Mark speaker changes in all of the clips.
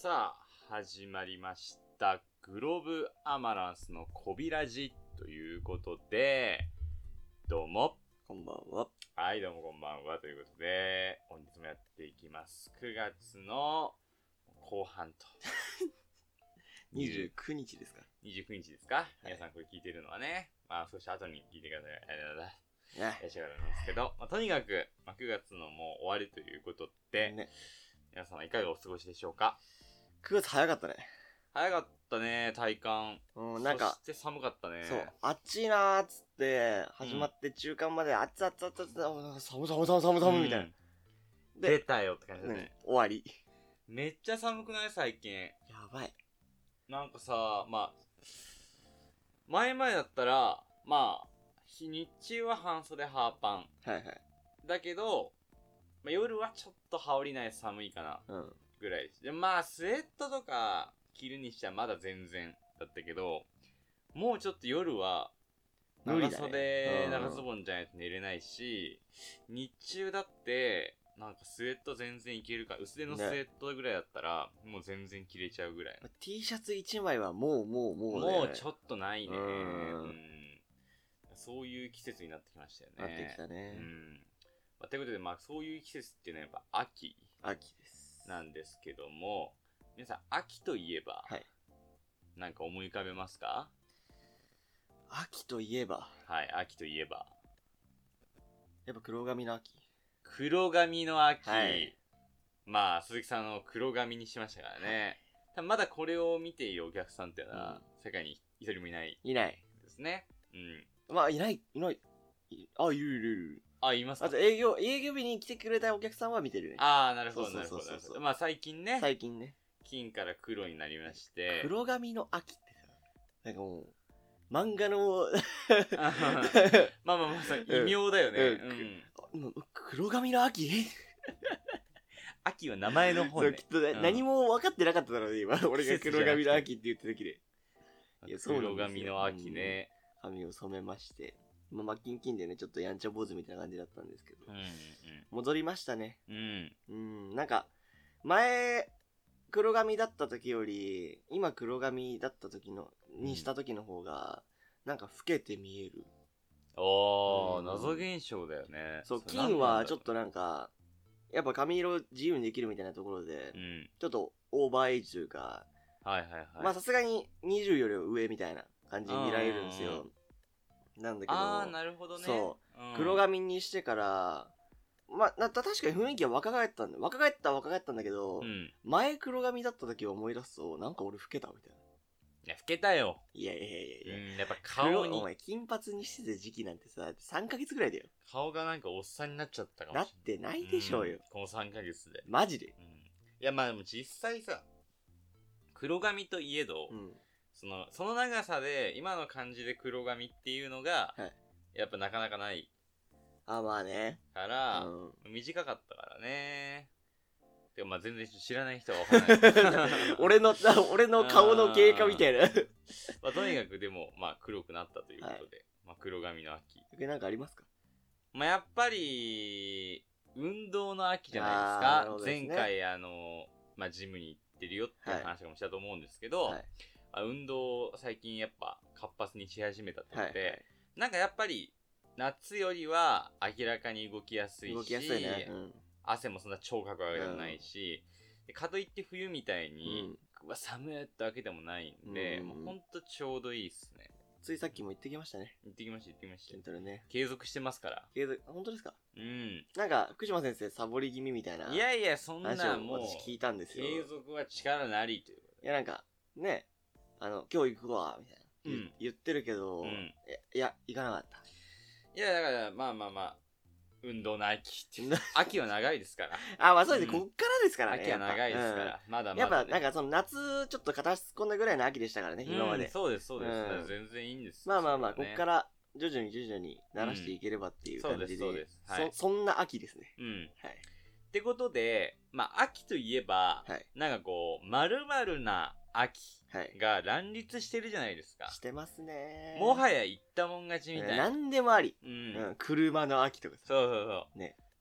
Speaker 1: さあ始まりましたグローブアマランスのコビラジということで、どうも
Speaker 2: こんばんは。
Speaker 1: はい、どうもこんばんはということで本日もやっていきます。9月の後半と
Speaker 2: 29日ですか。
Speaker 1: 29日ですか、皆さんこれ聞いてるのはね、まあ少し後に聞いてください。いらっしゃるんですけど、とにかく、9月のもう終わりということで、
Speaker 2: ね、
Speaker 1: 皆様いかがお過ごしでしょうか。
Speaker 2: 9月早かったね。
Speaker 1: 早かったね、体感。
Speaker 2: なんか、
Speaker 1: そして寒かったね。
Speaker 2: そう、あっちいなーっつって、始まって中間まであっつあっつあっつあっつ、寒みたいな。
Speaker 1: 出たよって感じだね。
Speaker 2: 終わり。
Speaker 1: めっちゃ寒くない最近。
Speaker 2: やばい。
Speaker 1: なんかさ、前々だったら、日中は半袖ハーパン。
Speaker 2: はいはい。
Speaker 1: だけど、夜はちょっと羽織りない寒いかな。ぐらいです。で、スウェットとか着るにしてはまだ全然だったけど、もうちょっと夜は、長袖、長ズボンじゃないと寝れないし、日中だって、なんかスウェット全然いけるか、薄手のスウェットぐらいだったら、もう全然着れちゃうぐらい。
Speaker 2: T シャツ1枚はもう、
Speaker 1: もうちょっとないね。そういう季節になってきましたよね。
Speaker 2: なってきたね。
Speaker 1: ということで、そういう季節っていうのはやっぱ秋
Speaker 2: です。
Speaker 1: なんですけども、皆さん秋といえば、なんか思い浮かべますか？
Speaker 2: 秋といえば。
Speaker 1: はい、秋といえば。
Speaker 2: やっぱ黒髪の秋。
Speaker 1: 黒髪の秋。はい、鈴木さんの黒髪にしましたからね。多分まだこれを見ているお客さんっていうのは、世界に一人もいない。
Speaker 2: いない。
Speaker 1: ですね。
Speaker 2: いない。いる。
Speaker 1: いますか？
Speaker 2: あと営業日に来てくれたお客さんは見てるね。
Speaker 1: なるほど、なるほど。最近ね。金から黒になりまして。
Speaker 2: 黒髪の秋ってさ、なんかもう、漫画の
Speaker 1: 異名だよね。
Speaker 2: 黒髪の秋
Speaker 1: 秋は名前の方ね。
Speaker 2: きっと何も分かってなかっただろうね、今。俺が黒髪の秋って言った時で。
Speaker 1: 黒髪の秋ね。
Speaker 2: 髪を染めまして。キンキンでね、ちょっとやんちゃ坊主みたいな感じだったんですけど。戻りましたね。なんか、前、黒髪だった時より、今黒髪だった時にした時の方が、なんか老けて見える。
Speaker 1: 謎現象だよね。
Speaker 2: そう、金はちょっとなんか、やっぱ髪色自由にできるみたいなところで、ちょっとオーバーエイジというか、さすがに20より上みたいな感じに見られるんですよ。なんだけど、
Speaker 1: なるほどね。
Speaker 2: そう、黒髪にしてから、確かに雰囲気は若返ったんだけど、前黒髪だった時を思い出すと、なんか俺老けたみたいな。
Speaker 1: いや、老けたよ。
Speaker 2: いや。
Speaker 1: やっぱ顔に。
Speaker 2: お前、金髪にしてた時期なんてさ、3ヶ月ぐらいだよ。
Speaker 1: 顔がなんかおっさんになっちゃったかもしれない。
Speaker 2: なってないでしょうよ。
Speaker 1: この3ヶ月で。
Speaker 2: マジで。
Speaker 1: いや、でも実際さ、黒髪といえど、その長さで、今の感じで黒髪っていうのが、やっぱなかなかない。
Speaker 2: ね。
Speaker 1: から、短かったからね。てか全然知らない人は分からない。
Speaker 2: 俺の顔の経過みたいな。
Speaker 1: とにかくでも、黒くなったということで、黒髪の秋。
Speaker 2: なんかありますか？
Speaker 1: やっぱり、運動の秋じゃないですか。前回、ジムに行ってるよっていう話もしたと思うんですけど、運動最近やっぱ活発にし始めたってことで、なんかやっぱり、夏よりは明らかに動きやすいし、汗もそんな超かくわけでもないし、かといって冬みたいに、寒いってわけでもないんで、もうほんとちょうどいいっすね。
Speaker 2: ついさっきも行ってきましたね。
Speaker 1: 行ってきました。
Speaker 2: 筋トレね。
Speaker 1: 継続してますから。
Speaker 2: 本当ですか？なんか、福島先生サボり気味みたいな。
Speaker 1: いや、そんなもう、
Speaker 2: 私聞いたんですよ。
Speaker 1: 継続は力なりということで。
Speaker 2: いや、なんか、ね、今日行くわ、みたいな。言ってるけど、いや、行かなかった。
Speaker 1: いや、だから、運動の秋って。秋は長いですから。
Speaker 2: そうですね、こっからですからね。
Speaker 1: 秋は長いですから。まだまだ。
Speaker 2: やっぱ、なんか夏、ちょっと片突っ込んだぐらいの秋でしたからね、今まで。
Speaker 1: そうです。全然いいんです。
Speaker 2: こっから、徐々に慣らしていければっていう感じで。
Speaker 1: そうです。
Speaker 2: そんな秋ですね。
Speaker 1: ってことで、秋といえば、なんかこう、〇〇な秋が乱立してるじゃないですか。
Speaker 2: してますね。
Speaker 1: もはや言ったもん勝ちみたいな。
Speaker 2: 何でもあり。車の秋とかさ。
Speaker 1: そう。
Speaker 2: ね。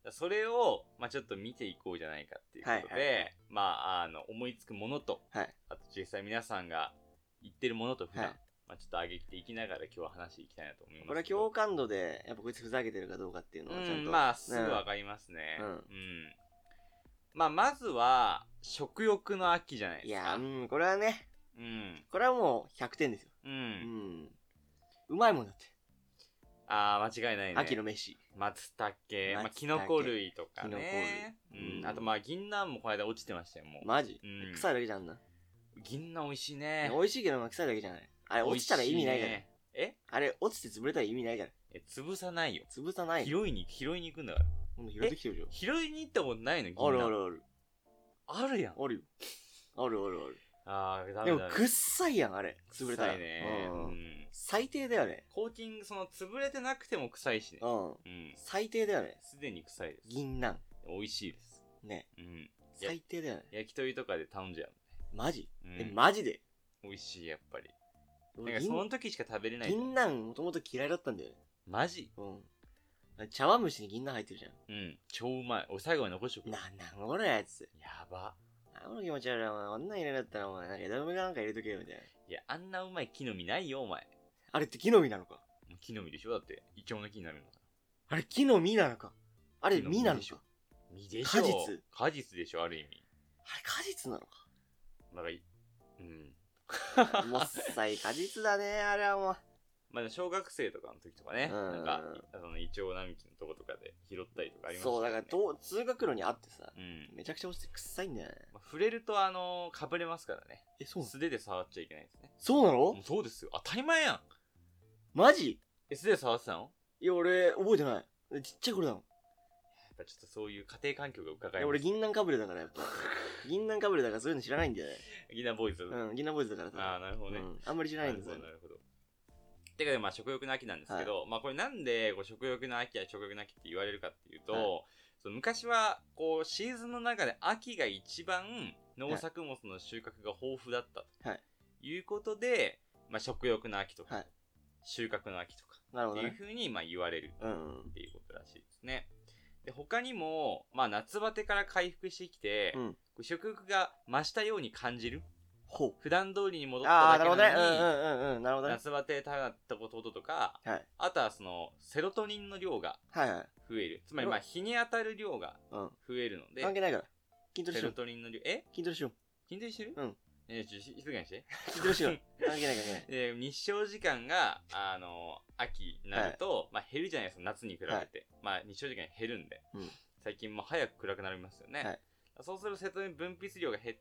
Speaker 1: それを、まあちょっと見ていこうじゃないかっていうことで、
Speaker 2: はいはいはい、
Speaker 1: まあ思いつくものと、
Speaker 2: はい、
Speaker 1: あと実際皆さんが言ってるものと普段、
Speaker 2: はい、
Speaker 1: まあちょっと上げていきながら今日は話していきたいなと思います。
Speaker 2: これは共感度で、やっぱこいつふざけてるかどうかっていうのはちゃんと。
Speaker 1: まあすぐわかりますね。
Speaker 2: うん。
Speaker 1: まあまずは、食欲の秋じゃないですか。
Speaker 2: いや、これはね、これはもう100点ですよ。うまいもんだって。
Speaker 1: 間違いないね。
Speaker 2: 秋の飯。
Speaker 1: 松茸、まあ、キノコ類とかね。あとまあ、銀杏もこの間落ちてましたよ、もう。
Speaker 2: マジ？臭いだけじゃんな。
Speaker 1: 銀杏美味しいね。
Speaker 2: 美味しいけど、臭いだけじゃない。あれ、落ちたら意味ないから。あれ、落ちて潰れたら意味ないから。
Speaker 1: 潰さないよ。
Speaker 2: 潰さない。
Speaker 1: 拾いに行くんだから。
Speaker 2: 拾ってきてるじゃん。
Speaker 1: 拾いに行ったことないの？銀
Speaker 2: 杏。ある。
Speaker 1: あるやん。
Speaker 2: あるよ。ある。
Speaker 1: ダメだ。
Speaker 2: でも、臭いやん、あれ。潰れたら。
Speaker 1: 臭いね。
Speaker 2: 最低だよね。
Speaker 1: コーティング、潰れてなくても臭いしね。
Speaker 2: 最低だよね。
Speaker 1: すでに臭いです。
Speaker 2: 銀杏。
Speaker 1: 美味しいです。
Speaker 2: ね。最低だよね。
Speaker 1: 焼き鳥とかで頼んじゃう。
Speaker 2: マジ？マジで？
Speaker 1: 美味しい、やっぱり。なんかその時しか食べれない。
Speaker 2: 銀杏もともと嫌いだったんだよね。
Speaker 1: マジ？
Speaker 2: 茶碗蒸しに銀杏入ってるじゃん。
Speaker 1: 超うまい。俺最後まで残しとく。
Speaker 2: なんこれやつ。
Speaker 1: やば。
Speaker 2: あの気持ち悪い。お前、女入れだったらお前、なんか枝豆かなんか入れとけよ、みたいな。
Speaker 1: いや、あんなうまい木の実ないよ、お前。
Speaker 2: あれって木の実なのか？
Speaker 1: 木の実でしょ？だって、イチョウの木になるのか。
Speaker 2: あれ木の実なのか？あれ実なのか？
Speaker 1: 実でしょ？果実でしょ、ある意味。
Speaker 2: あれ果実なのか？
Speaker 1: なんか、
Speaker 2: もっさい果実だね、あれはもう。
Speaker 1: まあ、小学生とかの時とかね、なんか、イチョウ並木のとことかで拾ったりとかありましたね。
Speaker 2: そう、だから通学路にあってさ、めちゃくちゃ落ちて臭いんだよね。
Speaker 1: 触れるとかぶれますからね。
Speaker 2: そう？
Speaker 1: 素手で触っちゃいけないですね。
Speaker 2: そうなの？
Speaker 1: そうですよ。当たり前やん。
Speaker 2: マジ？
Speaker 1: 素手で触ってたの？
Speaker 2: いや、俺、覚えてない。ちっちゃい頃だもん。
Speaker 1: やっぱちょっとそういう家庭環境が伺えます。
Speaker 2: 俺、銀杏かぶれだから、やっぱ。銀杏かぶれだからそういうの知らないんだよね。
Speaker 1: 銀杏ボーイズ。
Speaker 2: 銀杏ボーイズだからさ。
Speaker 1: なるほどね。
Speaker 2: あんまり知らないんですよ。
Speaker 1: なるほど。てか、まあ、食欲の秋なんですけど、まあ、これなんで食欲の秋って言われるかっていうと、昔は、シーズンの中で秋が一番農作物の収穫が豊富だったということで、まあ、食欲の秋とか、収穫の秋とか、っていう風に言われるっていうことらしいですね。で、他にも、まあ、夏バテから回復してきて、食欲が増したように感じる。普段通りに戻っただけなのに、夏バテで食べたこととか、あとはセロトニンの量が増える。つまり日に当たる量が増えるので、
Speaker 2: 関係ないから。筋トレしよう。
Speaker 1: セロトニンの量、
Speaker 2: 筋トレしよう。
Speaker 1: 筋トレしてる？静かにして。
Speaker 2: 筋トレしよう。関係ない。
Speaker 1: 日照時間が、秋になると、減るじゃないですか、夏に比べて。日照時間減るんで。最近も早く暗くなりますよね。そうするとセロトニン分泌量が減って、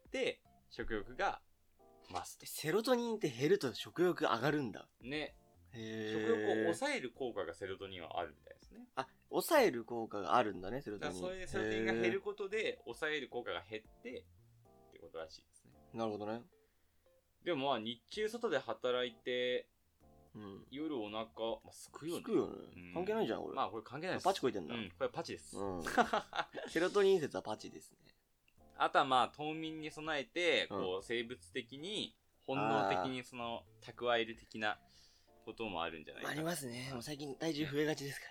Speaker 1: 食欲が
Speaker 2: セロトニンって減ると食欲上がるんだ
Speaker 1: ね。食欲を抑える効果がセロトニンはあるみたいですね。
Speaker 2: 抑える効果があるんだね、セロトニン。
Speaker 1: そういうセロトニンが減ることで抑える効果が減ってってことらしいですね。
Speaker 2: なるほどね。
Speaker 1: でも日中外で働いて、夜お腹すくよね。
Speaker 2: 関係ないじゃん俺。
Speaker 1: これ関係ないです。
Speaker 2: パチこいてんだ。
Speaker 1: これパチです。
Speaker 2: セロトニン説はパチですね。
Speaker 1: あとは冬眠に備えて、生物的に、本能的に蓄える的なこともあるんじゃないかな。
Speaker 2: ありますね。もう最近体重増えがちですから。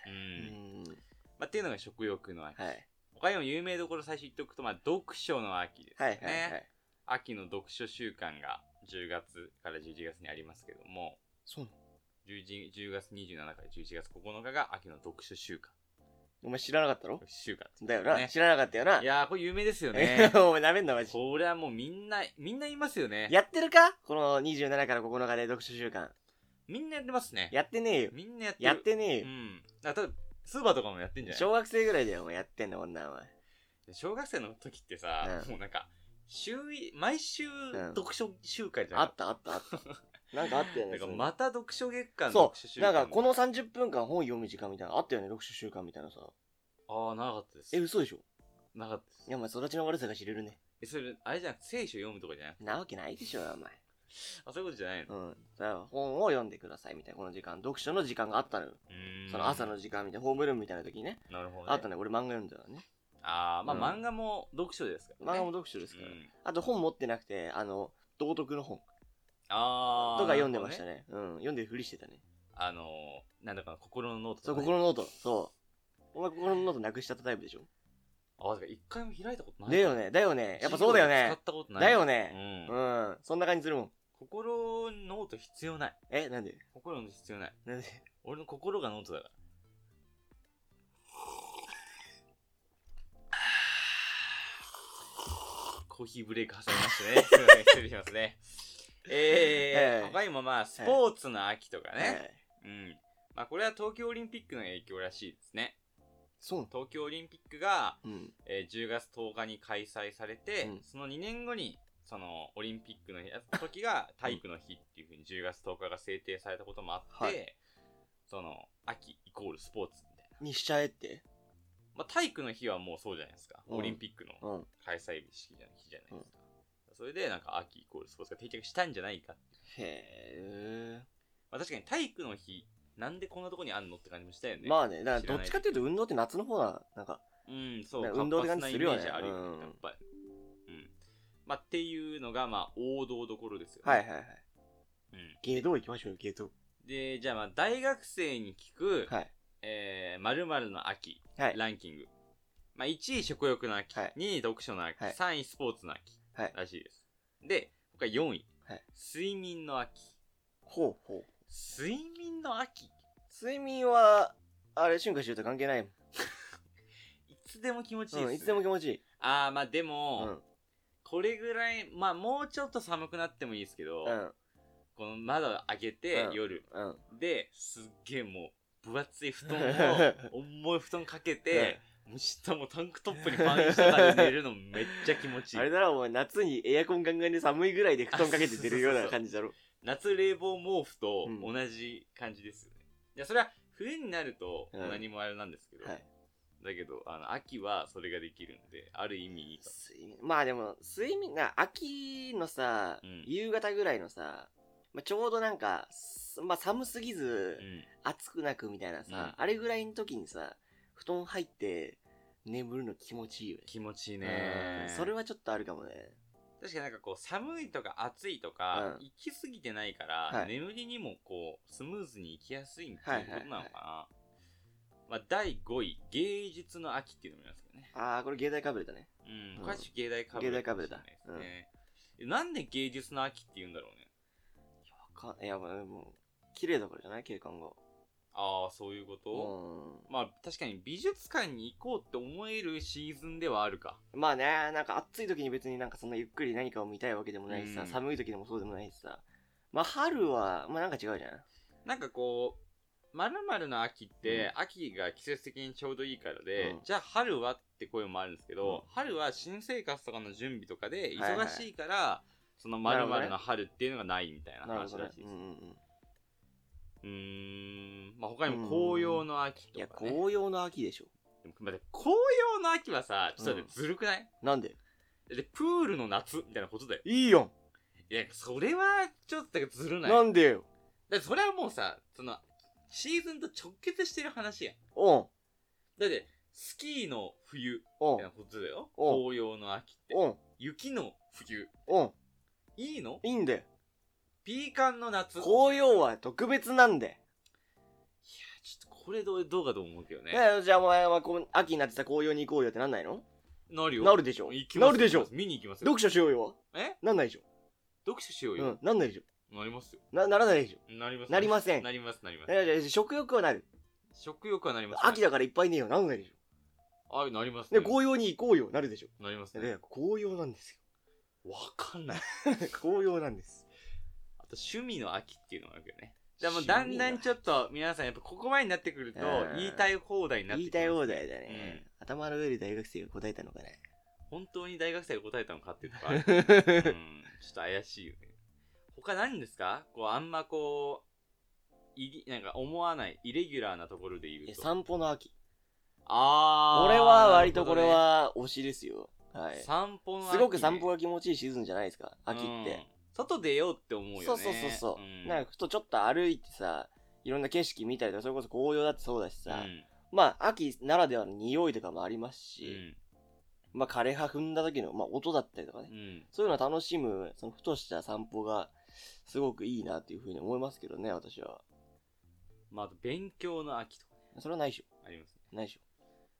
Speaker 1: っていうのが食欲の秋。他にも有名どころ最初言っておくと、読書の秋ですね。秋の読書週間が10月から11月にありますけども、
Speaker 2: そうなの
Speaker 1: ？10月27から11月9日が秋の読書週間。
Speaker 2: お前知らなかったろ？
Speaker 1: 週間。
Speaker 2: だよな。知らなかったよな。
Speaker 1: いやー、これ有名ですよね。
Speaker 2: お前なめんな、マジ。
Speaker 1: これはもうみんな言いますよね。
Speaker 2: やってるか？この27から9日で読書週間。
Speaker 1: みんなやってますね。
Speaker 2: やってねえよ。
Speaker 1: みんなやってる。
Speaker 2: やってねえよ。
Speaker 1: 例えば、スーパーとかもやってんじゃない？
Speaker 2: 小学生ぐらいだよ、お前やってんの、女は。
Speaker 1: 小学生の時ってさ、もうなんか、毎週読書週間じゃん。
Speaker 2: あった。なんかあったよね。
Speaker 1: なんかまた読書月間
Speaker 2: 読書週間。なんかこの30分間本読む時間みたいなのあったよね、読書週間みたいなさ。
Speaker 1: なかったです。
Speaker 2: 嘘でしょ？
Speaker 1: なかったです。
Speaker 2: いや、お前育ちの悪さが知れるね。
Speaker 1: それ、あれじゃん、聖書読むとかじゃなくて。
Speaker 2: なわけないでしょ、お前。
Speaker 1: そういうことじゃないの？
Speaker 2: だから本を読んでくださいみたいな、この時間。読書の時間があったのよ。その朝の時間みたいな、ホームルームみたいな時にね。
Speaker 1: なるほど、
Speaker 2: あったね、俺漫画読んだよね。
Speaker 1: 漫画も読書ですから
Speaker 2: ね。漫画も読書ですから。あと本持ってなくて、道徳の本。とか読んでましたね。読んでるふりしてたね。
Speaker 1: なんだか心のノート。
Speaker 2: そう、心のノート。そう。 お前心のノートなくしちゃったタイプでしょ。
Speaker 1: あ、だから一回も開いたことない。
Speaker 2: だよね、だよね。やっぱそうだよね。
Speaker 1: 使ったことない。
Speaker 2: だよね。うん。そんな感じするもん。
Speaker 1: 心ノート必要ない。
Speaker 2: なんで？
Speaker 1: 心ノート必要ない。
Speaker 2: なんで？
Speaker 1: 俺の心がノートだから。コーヒーブレイク挟みましたね。すいません、失礼しますね。他にもまあ、スポーツの秋とかね。まあ、これは東京オリンピックの影響らしいですね。
Speaker 2: そう。
Speaker 1: 東京オリンピックが、10月10日に開催されて、その2年後に、そのオリンピックの時が体育の日っていう風に10月10日が制定されたこともあって、その秋イコールスポーツみたいな。
Speaker 2: にしちゃえって。
Speaker 1: まあ、体育の日はもうそうじゃないですか。オリンピックの開催日じゃないですか。それでなんか秋イコールスポーツが定着したんじゃないか。まあ、確かに体育の日、なんでこんなとこにあんのって感じもしたよね。
Speaker 2: まあね、だからどっちかっていうと運動って夏の方が、なんか、
Speaker 1: そう、
Speaker 2: 運動って感じするよね。
Speaker 1: あるよね、やっぱり。まあ、っていうのが、まあ、王道どころですよね。
Speaker 2: 芸道行きましょうよ、芸道。
Speaker 1: で、じゃあまあ、大学生に聞く、〇〇の秋、ランキング。まあ、1位食欲の秋、2位読書の秋、3位スポーツの秋、らしいです。で、他4位、睡眠の秋。睡眠の秋？
Speaker 2: 睡眠は、あれ、春夏秋冬と関係ないもん。
Speaker 1: いつでも気持ちいいですね。
Speaker 2: いつでも気持ちいい。
Speaker 1: まあでも、これぐらい、まあもうちょっと寒くなってもいいですけど、この窓開けて、夜、で、すっげえもう、分厚い布団を、重い布団かけて、下もタンクトップにパンインとかで寝るのめっちゃ気持ちいい。
Speaker 2: あれだろ、お前夏にエアコンガンガンで寒いぐらいで布団かけて寝るような感じだろ。
Speaker 1: 夏冷房毛布と同じ感じですよね。いや、それは冬になると何もあれなんですけど、だけど、秋はそれができるんで、ある意味いいかも。
Speaker 2: まあでも、睡眠秋のさ、夕方ぐらいのさ、ちょうどなんか、まあ寒すぎず、暑くなくみたいなさ、あれぐらいの時にさ、布団入って眠るの気持ちいいよね。
Speaker 1: 気持ちいいね。
Speaker 2: それはちょっとあるかもね。
Speaker 1: 確かになんかこう寒いとか暑いとか、行き過ぎてないから、眠りにもこうスムーズに行きやすいっていうことなのかな。まあ第5位、芸術の秋っていうのもありますけどね。
Speaker 2: これ芸大かぶれたね。
Speaker 1: これ芸大かぶれた。芸大かぶれた。なんで芸術の秋って言うんだろうね。
Speaker 2: いや、もう、綺麗だからじゃない？景観が。
Speaker 1: そういうこと？まあ確かに美術館に行こうって思えるシーズンではあるか。
Speaker 2: まあね、なんか暑い時に別になんかそんなゆっくり何かを見たいわけでもないしさ、寒い時でもそうでもないしさ。まあ春は、まあなんか違うじゃん。
Speaker 1: なんかこう、〇〇の秋って、秋が季節的にちょうどいいからで、じゃあ春はって声もあるんですけど、春は新生活とかの準備とかで忙しいから、その〇〇の春っていうのがないみたいな話らしいです。まあ他にも紅葉の秋とか、ね。
Speaker 2: いや、紅葉の秋でしょ。
Speaker 1: でも紅葉の秋はさ、ちょっとずるくない？
Speaker 2: なんで？
Speaker 1: で、プールの夏みたいなことだよ。
Speaker 2: いいよ。
Speaker 1: いや、それはちょっとずるない？
Speaker 2: なんでよ。
Speaker 1: だってそれはもうさ、その、シーズンと直結してる話やん。だって、スキーの冬みたいなことだよ。紅葉の秋って。雪の冬。いいの？
Speaker 2: いいんだよ。
Speaker 1: ピーカンの夏。
Speaker 2: 紅葉は特別なんで。いや、
Speaker 1: ちょっとこれどうかと思うけどね。
Speaker 2: じゃあお前は秋になってさ、紅葉に行こうよってなんないの？
Speaker 1: なるよ。
Speaker 2: なるでしょ。
Speaker 1: なるでしょ。
Speaker 2: 見に行きますよ。読書しようよ。なんないでしょ。
Speaker 1: 読書しようよ。
Speaker 2: なんないでしょ。
Speaker 1: なりますよ。
Speaker 2: ならないでしょ。
Speaker 1: なります。
Speaker 2: なりません。
Speaker 1: なります。
Speaker 2: 食欲はなる。
Speaker 1: 食欲はなります。
Speaker 2: 秋だからいっぱいねえよ。なんないでし
Speaker 1: ょ。なります
Speaker 2: ね。紅葉に行こうよ。なるでしょ。
Speaker 1: なりますね。
Speaker 2: 紅葉なんです
Speaker 1: よ。わかんない。
Speaker 2: 紅葉なんです。
Speaker 1: あと趣味の秋っていうのがあるけどね。じゃあもうだんだんちょっと皆さんやっぱここまでになってくると言いたい放題になってきます。
Speaker 2: 言いたい放題だね。頭の上で大学生が答えたのかね。
Speaker 1: 本当に大学生が答えたのかっていうとか、ちょっと怪しいよね。他何ですか？あんまなんか思わないイレギュラーなところで言うと。
Speaker 2: 散歩の秋。俺は割とこれは推しですよ。はい。
Speaker 1: 散歩の秋。
Speaker 2: すごく散歩が気持ちいいシーズンじゃないですか。秋って。
Speaker 1: 外出ようって思うよね。
Speaker 2: そう。なんかふとちょっと歩いてさ、いろんな景色見たりとか、それこそ紅葉だってそうだしさ、まあ秋ならではの匂いとかもありますし、まあ枯葉踏んだ時の、まあ、音だったりとかね、そういうのを楽しむ、そのふとした散歩がすごくいいなっていうふうに思いますけどね、私は。
Speaker 1: まあ、あと勉強の秋とかね。
Speaker 2: それはないでしょ。
Speaker 1: ありますね。
Speaker 2: ないでしょ。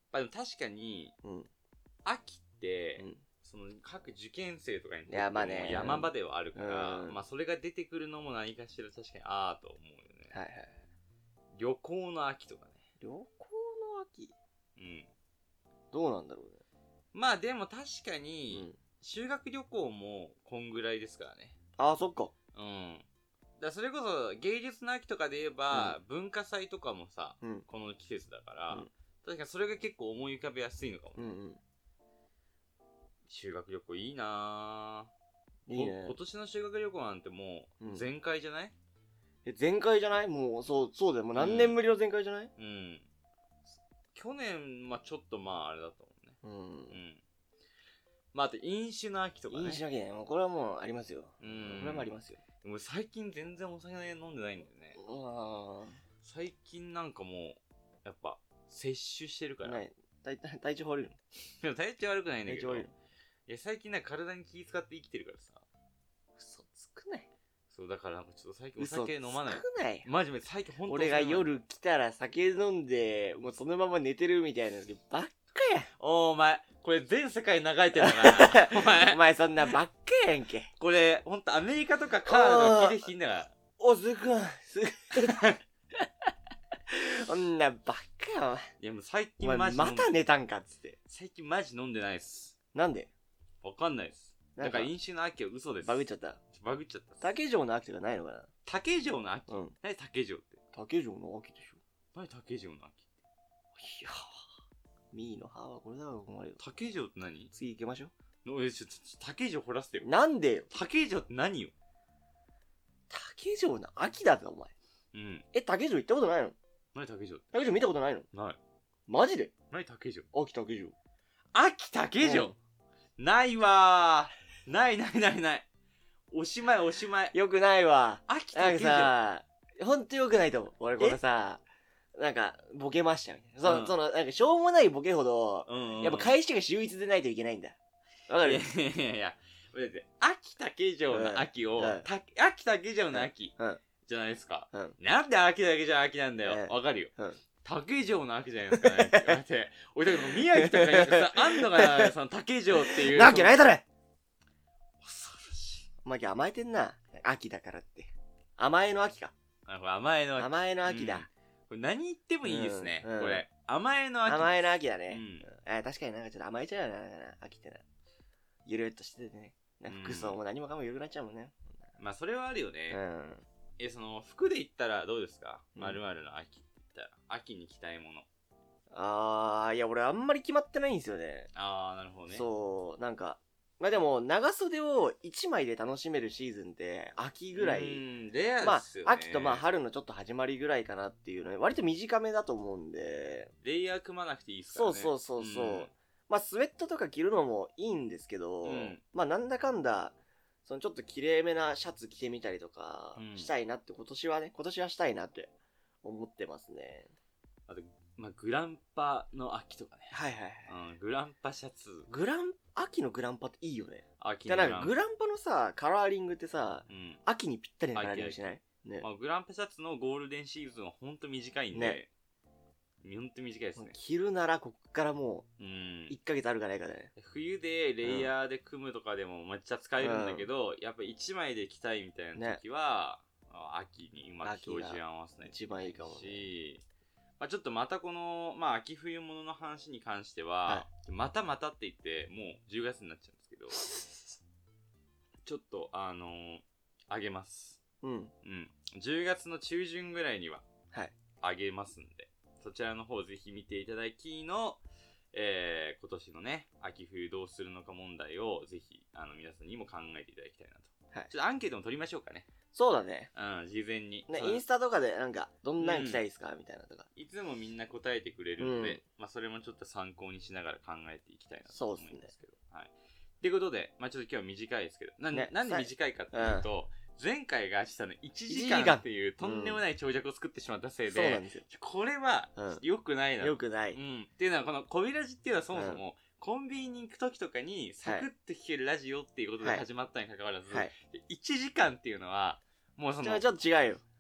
Speaker 1: まあ、でも確かに、秋って、その各受験生とかにとっても山場ではあるから、まあそれが出てくるのも何かしら確かにと思うよね。はいはい。旅行の秋とかね。
Speaker 2: 旅行の秋？どうなんだろうね。
Speaker 1: まあでも確かに、修学旅行もこんぐらいですからね。
Speaker 2: そっか。
Speaker 1: だそれこそ芸術の秋とかで言えば、文化祭とかもさ、この季節だから、確かにそれが結構思い浮かべやすいのかもね。修学旅行いいなぁ。いいね。今年の修学旅行なんてもう全開じゃない？
Speaker 2: 全開じゃない？もうそうだよ。もう何年ぶりの全開じゃない？
Speaker 1: 去年ちょっとあれだったもんね。あと飲酒の秋とかね。
Speaker 2: 飲酒の秋ね。もうこれはもうありますよ。これもありますよ。
Speaker 1: でも最近全然お酒飲んでないんだよね。最近なんかもうやっぱ摂取してるから。
Speaker 2: 体調悪いの？
Speaker 1: でも体調悪くないんだけど。いや最近なんか体に気使って生きてるからさ。
Speaker 2: 嘘つくない。
Speaker 1: そうだからちょっと最近お酒飲まない。
Speaker 2: 嘘つくない。
Speaker 1: マジで最近本当に。
Speaker 2: 俺が夜来たら酒飲んでもうそのまま寝てるみたいなのばっかや。
Speaker 1: お前これ全世界流れてるのか
Speaker 2: な。お前そんなばっかやんけ。
Speaker 1: これほんとアメリカとかカナダの聞いてきんだから。
Speaker 2: すぐそんなばっかやお前。
Speaker 1: いやもう最近
Speaker 2: マジまた寝たんかっつって。
Speaker 1: 最近マジ飲んでないっす。
Speaker 2: なんで？
Speaker 1: わかんないです。だから飲酒の秋は嘘です。
Speaker 2: バグっちゃった。竹城の秋とかないのかな？
Speaker 1: 竹城の秋？何竹城って？
Speaker 2: 竹城の秋でしょ。
Speaker 1: 何竹城の秋？
Speaker 2: いやミーの歯はこれだろ、困るよ。
Speaker 1: 竹城って何？
Speaker 2: 次行きましょう。
Speaker 1: 竹城掘らせてよ。
Speaker 2: なんでよ。
Speaker 1: 竹城って何よ？
Speaker 2: 竹城の秋だぞ、お前。竹城行ったことないの？
Speaker 1: 何竹城？
Speaker 2: 竹城見たことないの？
Speaker 1: ない。
Speaker 2: マジで？
Speaker 1: 何竹城？
Speaker 2: 秋竹城。
Speaker 1: 秋竹城？ないわー。ない。おしまい。
Speaker 2: よくないわ。
Speaker 1: 秋竹城。
Speaker 2: なんかさ、ほんとよくないと思う。俺これさ、なんか、ボケましたみたいな。その、なんか、しょうもないボケほど、やっぱ返しが秀逸でないといけないんだ。わかる？
Speaker 1: いや、秋竹城の秋を、秋竹城の秋じゃないですか。なんで秋だけじゃ秋なんだよ。わかるよ。竹城の秋じゃないですかね。だって、俺だから宮城とかにさ、あんのかな、その竹城っていう。
Speaker 2: なわけないだろ！恐ろしい。お前甘えてんな。秋だからって。甘えの秋か。
Speaker 1: 甘えの秋。
Speaker 2: 甘えの秋だ。
Speaker 1: これ何言ってもいいですね。これ。甘えの秋。
Speaker 2: 甘えの秋だね。確かになんかちょっと甘えちゃうよな、秋ってな。ゆるっとしててね。服装も何もかもゆるくなっちゃうもんね。
Speaker 1: まあそれはあるよね。その服で言ったらどうですか？〇〇の秋って言ったら。秋に着たいもの。
Speaker 2: いや俺あんまり決まってないんですよね。
Speaker 1: なるほどね。
Speaker 2: そう、なんか。まあでも長袖を1枚で楽しめるシーズンって秋ぐらい。
Speaker 1: レアですよね。
Speaker 2: 秋と春のちょっと始まりぐらいかなっていうので、割と短めだと思うんで。
Speaker 1: レイヤー組まなくていいですからね。
Speaker 2: そう。まあスウェットとか着るのもいいんですけど、まあなんだかんだ、そのちょっと綺麗めなシャツ着てみたりとかしたいなって、今年はしたいなって思ってますね。
Speaker 1: あと、グランパの秋とかね。
Speaker 2: はい。
Speaker 1: グランパシャツ。
Speaker 2: 秋のグランパっていいよね。
Speaker 1: 秋
Speaker 2: のグランパ。なんかグランパのさ、カラーリングってさ、秋にぴったりなカラーリングしない？ね。
Speaker 1: グランパシャツのゴールデンシーズンはほんと短いんで、ほんと短いですね。
Speaker 2: 着るならこっからもう、1ヶ月あるかないかだね。
Speaker 1: 冬でレイヤーで組むとかでもめっちゃ使えるんだけど、やっぱ1枚で着たいみたいな時は、秋にうまく表示合わせないと
Speaker 2: 一番いいかもね。
Speaker 1: ちょっとまたこの、秋冬物の話に関しては、またって言って、もう10月になっちゃうんですけど、ちょっと、あげます。10月の中旬ぐらいには、あげますんで、そちらの方ぜひ見ていただきの、今年のね、秋冬どうするのか問題を、ぜひ、皆さんにも考えていただきたいなと。ちょっとアンケートも取りましょうかね。
Speaker 2: そうだね。
Speaker 1: 事前に。
Speaker 2: インスタとかでなんか、どんなん着たいですかみたいなとか。
Speaker 1: いつもみんな答えてくれるので、それもちょっと参考にしながら考えていきたいなと思うんですけど。ということで、ちょっと今日は短いですけど、なんで短いかっていうと、前回がしたの1時間っていうとんでもない長尺を作ってしまったせいで、これは良くないな。
Speaker 2: 良くない。
Speaker 1: っていうのは、このコビラジっていうのはそもそも、コンビニに行く時とかにサクッと聴けるラジオっていうことで始まったに関わらず、1時間っていうのは、もうその、
Speaker 2: ちょっと違うよ。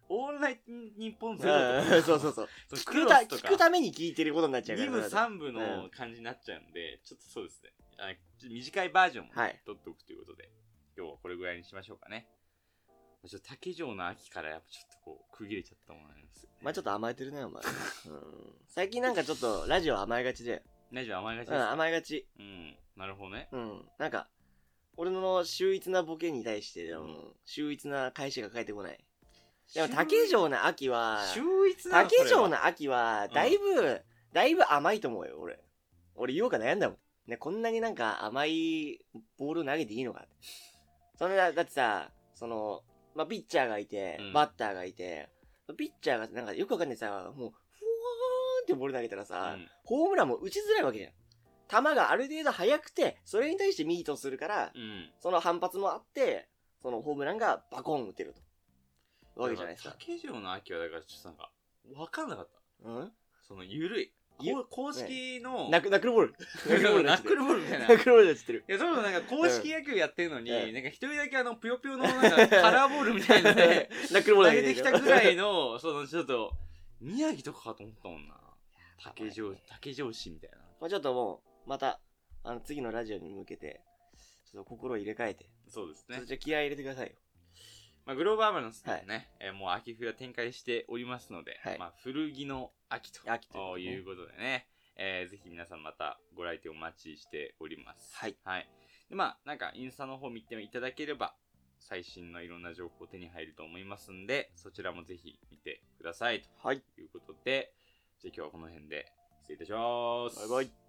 Speaker 1: オールナイトニッポンゼロとか
Speaker 2: そう聞くために聞いてることになっちゃうから
Speaker 1: 2部3部の感じになっちゃうんで、ちょっとそうですね、短いバージョンも取っておくということで、今日はこれぐらいにしましょうかね。ちょっと竹城の秋からやっぱちょっとこう区切れちゃったものなんですよ、ね。
Speaker 2: まあちょっと甘えてるねお前。最近なんかちょっとラジオ甘えがちだよ。
Speaker 1: ラジオ甘えがちですか。
Speaker 2: 甘えがち。
Speaker 1: なるほどね。
Speaker 2: なんか俺の秀逸なボケに対して秀逸な返しが返ってこない。でも竹城の秋は竹城の秋はだいぶ甘いと思うよ俺言おうか悩んだもんね。こんなになんか甘いボール投げていいのかって。それだってさ、まあ、ピッチャーがいて、バッターがいて、ピッチャーがなんかよくわかんないさ、もう、ふわーんってボール投げたらさ、ホームランも打ちづらいわけじゃん。球がある程度速くて、それに対してミートするから、その反発もあって、そのホームランがバコン打てると。わけじゃないですか。
Speaker 1: 竹城の秋はだからちょっとなんか、わかんなかった。その、ゆるい。公式の
Speaker 2: ナックルボール
Speaker 1: ナックルボールみたいな。
Speaker 2: ナックルボールで知ってる。
Speaker 1: いや、そうなんか公式野球やってるのに、なんか一人だけぷよぷよのなんかカラーボールみたいなね、
Speaker 2: ナックルボール
Speaker 1: 投げてきたぐらいの、ちょっと、宮城とかかと思ったもんな。竹城市みたいな。
Speaker 2: まあちょっともう、また、次のラジオに向けて、ちょっと心を入れ替えて。
Speaker 1: そうですね。
Speaker 2: じゃあ気合い入れてくださいよ。
Speaker 1: まあ、グローバーバランスでね、もう秋冬は展開しておりますので、まあ、古着の秋ということでね、ぜひ皆さんまたご来店お待ちしております。
Speaker 2: はい。
Speaker 1: で、まあ、なんかインスタの方見ていただければ、最新のいろんな情報手に入ると思いますんで、そちらもぜひ見てくださいということで、じゃあ今日はこの辺で失礼いたします。
Speaker 2: バイバイ。